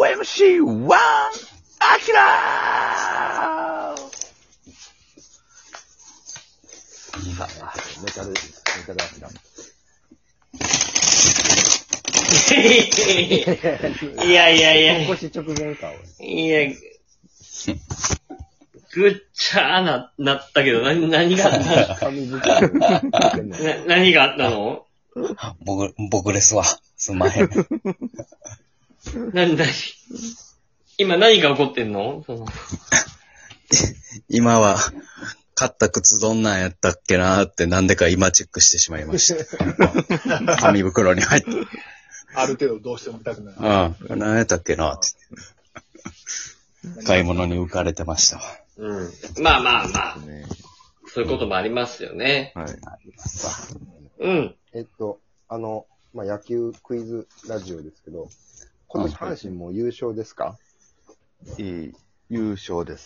OMC1 アキラー。 メタルアキラ。 いやいやいや。 少し直前か、 いや、ぐっちゃーなったけど、何があった何があったの？ 僕ですわ。すんまへん。 今何が起こってんの？ 今は、買った靴どんなんやったっけなーってなんでか今チェックしてしまいました。紙袋に入って。 ある程度どうしても見たくなる。 うん。何やったっけなーって。買い物に浮かれてましたわ。 うん。まあ。そういうこともありますよね。 はい。 うん。 野球クイズラジオですけど、今年阪神も優勝ですか？ 優勝です。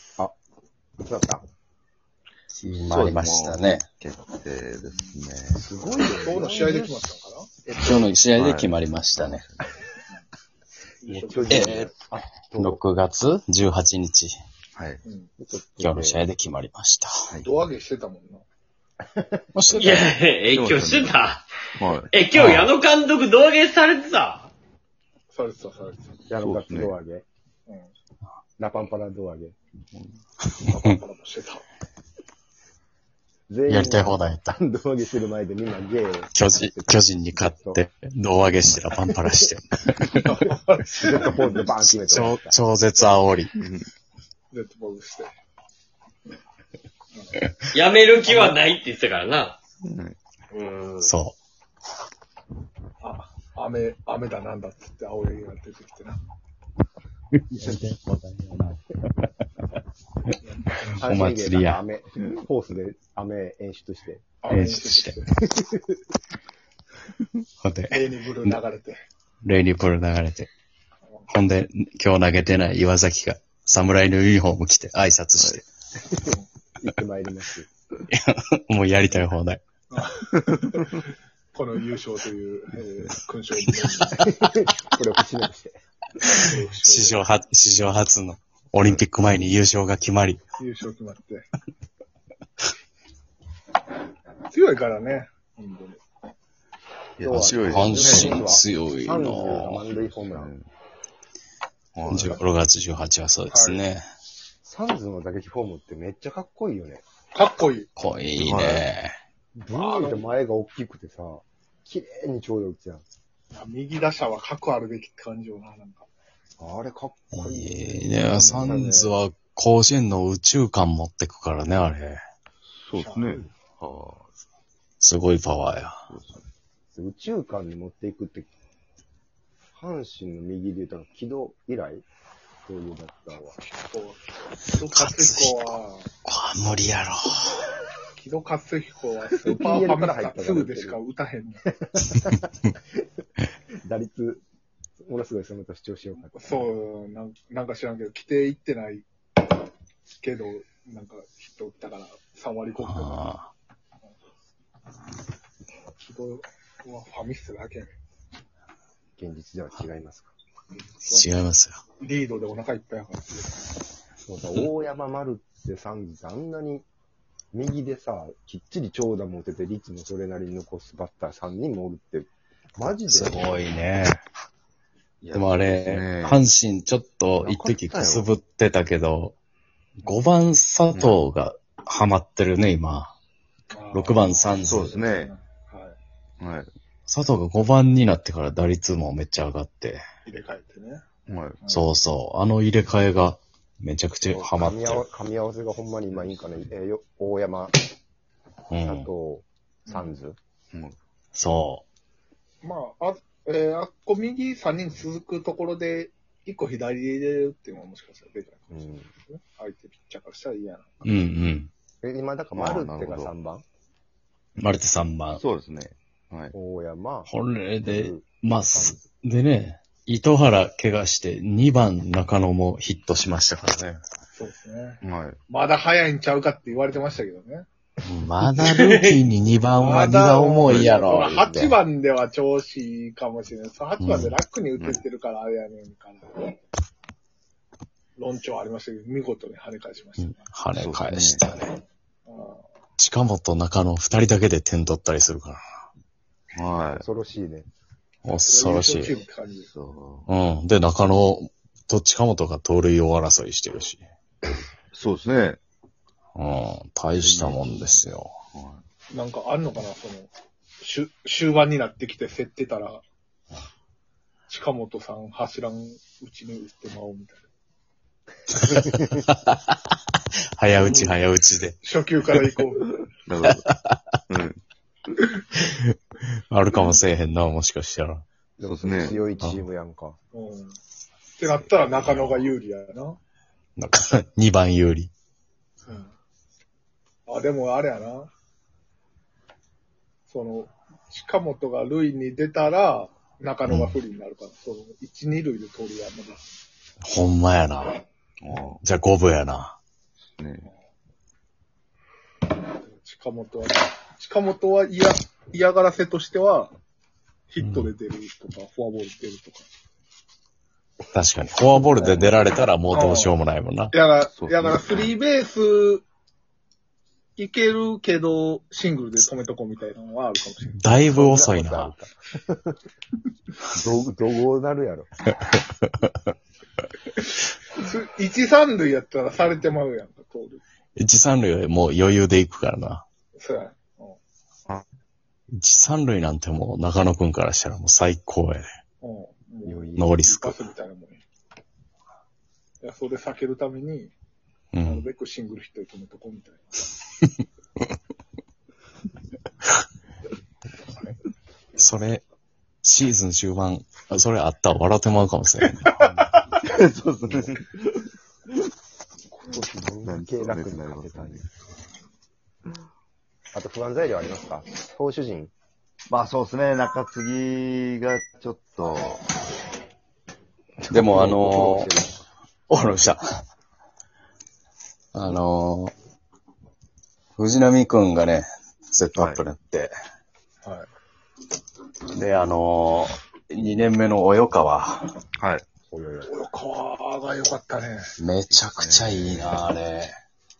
そうだった？ 決まりましたね。 決定ですね。 すごいよね。 今日の試合で決まったのかな？ 今日の試合で決まりましたね。6月18日。 はい。 今日の試合で決まりました。 胴上げしてたもんな。 いや、今日してた？ はい。 今日矢野監督胴上げされてた？ されてた。 矢野勝胴上げ。ラパンパラ胴上げ。 ラパンパラもしてた。 やりたい放題やった。 胴上げする前でみんなゲーを。 巨人に勝って、胴上げしてラパンパラして。 ジェットポーズでバーン決めて。 超絶煽り。 ジェットポーズして。 やめる気はないって言ってたからな。 そう。 雨だなんだって言って青柳が出てきてな。 やりたい放題やな。 お祭りや。 ホースで雨演出して。 ほんで、 レイニブル流れて。 レイニブル流れて。ほんで、今日投げてない岩崎が、侍のユニフォーム着て挨拶して。 行ってまいります。 もうやりたい放題。 この優勝という、勲章をこれを節目として。 史上初のオリンピック前に優勝が決まり。 優勝決まって。強いからね、本当に。 いや、強い阪神強いなぁ。満塁ホームラン。 6月18はそうですね。 サンズの打撃フォームってめっちゃかっこいいよね。 かっこいい。 かっこいいね。 ブーンって前が大きくてさ、綺麗にちょうど打つやん。 右打者は核あるべきって感じよな、なんか。 あれかっこいい。 いいね。サンズは甲子園の宇宙観持ってくからね、あれ。 そうですね。 すごいパワーや。 宇宙観に持っていくって、阪神の右で言うたら、木戸以来そういうバッターは。 木戸勝彦は、 無理やろ。 木戸勝彦はスーパーファミスタすぐでしか打たへんの。 打率、ものすごいその年調子よかった。 そう、なんか知らんけど、規定行ってないけど、なんかヒット打ったから3割5分。木戸はファミスタだけやね現実では違いますか？ 違いますよ。 リードでお腹いっぱいやから。 そうさ、大山丸ってサンズってあんなに右でさ、きっちり長打も打てて率もそれなりに残すバッター3人もおるって、マジで。 すごいね。でもあれ、阪神ちょっと一時くすぶってたけど、5番佐藤がハマってるね、今。6番サンズ。 そうですね。 はい。 佐藤が5番になってから打率もめっちゃ上がって。 入れ替えてね。 そうそう。あの入れ替えがめちゃくちゃハマってる。 噛み合わせがほんまに今いいんかね。大山、佐藤、サンズ。 そまあ、あっこ右3人続くところで、1個左で入れるっていうのはもしかしたらできないかもしれないですね。相手ピッチャーからしたら嫌な。 今、だからマルテが3番？ マルテ3番。 そうですね。はい。 大山。 これで、でね、糸原怪我して2番中野もヒットしましたからね。 そうですね。 はい。 まだ早いんちゃうかって言われてましたけどね。 まだルーキーに2番は荷が重いやろ。 8番では調子いいかもしれない。8番で楽に打ててるからあれやねんから。論調ありましたけど、見事に跳ね返しましたね。 跳ね返したね。近本中野2人だけで点取ったりするから。 はい。 恐ろしいね。 恐ろしい。 そうん。で、中野と近本が盗塁王争いしてるし。 そうですね。 うん。大したもんですよ。 なんかあんのかな、終盤になってきて競ってたら、近本さん柱うちに打ってまおうみたいな。 早打ちで。 初球から行こう。 なるほど。うん。 あるかもしれへんな、もしかしたら。 そうですね。 強いチームやんか。 ってなったら中野が有利やな。 なんか、2番有利。 でもあれやな。近本が塁に出たら、中野が不利になるから、1、2塁で取るやんな。 ほんまやな。じゃあ5分やな。 ね。 近本は嫌がらせとしては、ヒットで出るとか、フォアボールで出るとか。 確かに。フォアボールで出られたらもうどうしようもないもんな。 だからスリーベースいけるけど、シングルで止めとこうみたいなのはあるかもしれない。 だいぶ遅いな。 どうなるやろ。 1、3塁やったらされてまうやんか、盗塁。 1、3塁はもう余裕で行くからな。 そうや。 1、3塁なんてもう中野くんからしたらもう最高やで。ノーリスク。 パスみたいなもんや。いや、それ避けるために、なるべくシングルヒットで止めとこうみたいな。 それ、シーズン終盤、それあったら笑ってまうかもしれない。 そうですね。 今年どんだけ楽にかけたんや。あと不安材料ありますか？投手陣。 まあそうですね、中継ぎがちょっと。 でもおろした。藤波くんがね、セットアップになって。 はい。 で、2年目の及川。 はい。 及川が良かったね。 めちゃくちゃいいな、あれ。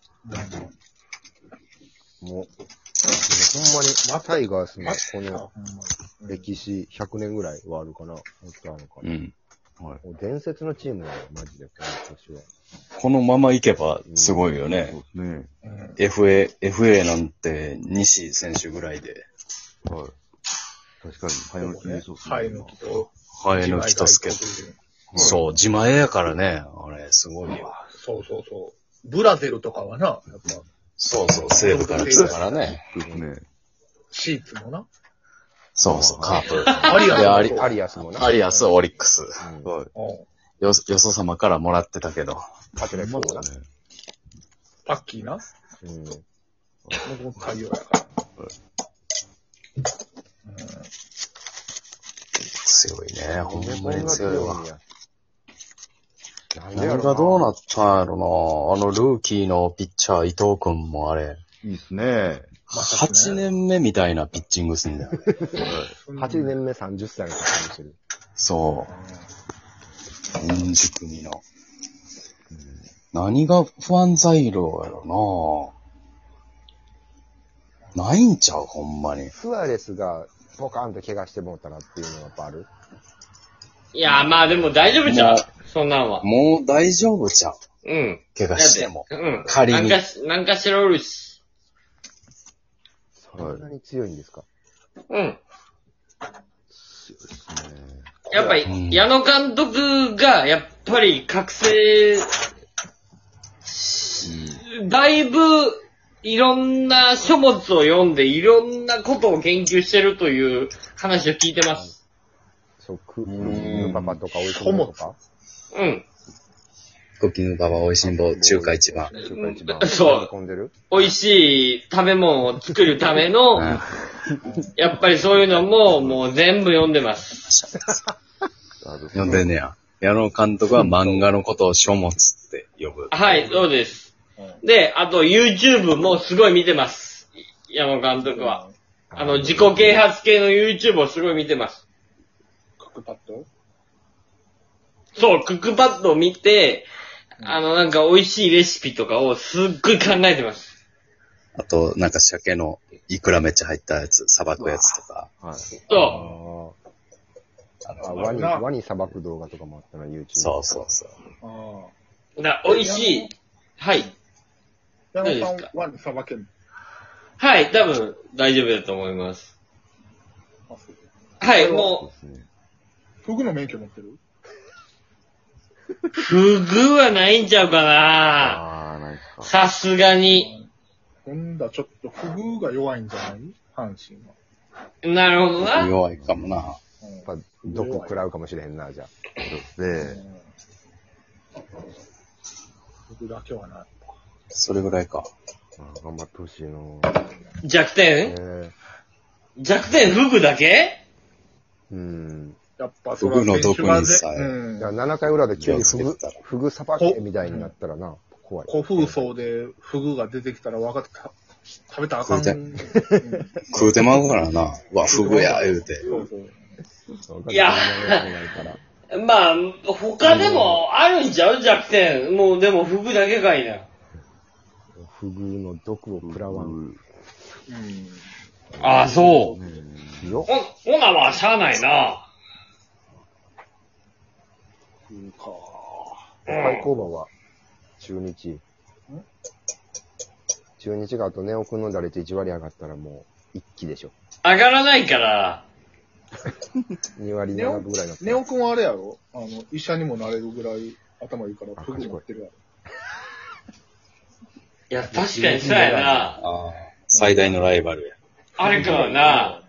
もう、ほんまに、タイガースのこの歴史100年ぐらいはあるかな。 うん。 はい、伝説のチームだよ、マジで、この年は。 このままいけばすごいよね。 そうですね。 FA なんて西選手ぐらいで。 はい。確かに、ハエの木そうですね。 ハエの木と助。そう、自前やからね。あれ、すごいよ。 そう。ブラゼルとかはな、やっぱ。 そう、西部から来たからね。 そうですね。 シーツもな。 そう、カープ。 アリアスもな。 アリアス、オリックス。 はい。 よそ様からもらってたけど。 パテレもな。 パッキーな。僕も太陽やから。 強いね。ほんまに強いわ。 何がどうなったんやろな。ルーキーのピッチャー伊藤くんもあれ。 いいっすね。 8年目みたいなピッチングすんだよ。 8年目30歳の時にしてる。 そう。銀次組の。何が不安材料やろな。ないんちゃうほんまに。 スアレスがポカーンと怪我してもうたなっていうのはやっぱある？ いや、まあでも大丈夫ちゃう。そんなんは。 もう大丈夫ちゃう。 うん。 怪我しても。 うん。 仮に。 なんかしらおるし。 そんなに強いんですか？ うん。 強いですね。 やっぱり、矢野監督が、やっぱり覚醒、だいぶ、いろんな書物を読んで、いろんなことを研究してるという話を聞いてます。 そう、クッキングパパとかおいしんぼとか。 うん。 クッキングパパおいしんぼ中華一番。 そう。美味しい食べ物を作るための、やっぱりそういうのも、もう全部読んでます。 読んでんねや。矢野監督は漫画のことを書物って呼ぶ。 はい、そうです。で、あと YouTube もすごい見てます。 山監督は。自己啓発系の YouTube をすごい見てます。 クックパッドそう、クックパッドを見て、なんか美味しいレシピとかをすっごい考えてます。 あと、なんか鮭のイクラめっちゃ入ったやつ、さばくやつとか。 はい。 そワニさばく動画とかもあったな、YouTube。 そうそうそう。 美味しい。はい。 山さん、ワニさばけるの？ はい、多分大丈夫だと思います。はい、もう。フグの免許持ってる？ フグはないんちゃうかな。 ないですか。 さすがに。 ほんだ、ちょっとフグが弱いんじゃない？阪神は。 なるほどな。 弱いかもな。 やっぱ毒食らうかもしれへんな、じゃあ。 で、 フグだけはない。 それぐらいか。 頑張ってほしいな。 弱点弱点フグだけ？ やっぱフグの毒にさえ。 7回裏で急にフグさばけみたいになったらな、怖い。 古風荘でフグが出てきたら分かってた。食べたらあかん。 食うてまうからな。フグや、言うて。 いや、まあ、他でもあるんちゃう弱点。もうでもフグだけかいな。 フグの毒を食らわん。 ああ、そう。ほなはしゃあないな。 最高馬は中日。中日があとネオ君の打率1割上がったらもう一気でしょ。 上がらないから。 2割7分ぐらいの。 ネオ君はあれやろ？医者にもなれるぐらい頭いいからフグ持ってるやろ。 いや、確かにそうやな。 最大のライバルや。 あれからな。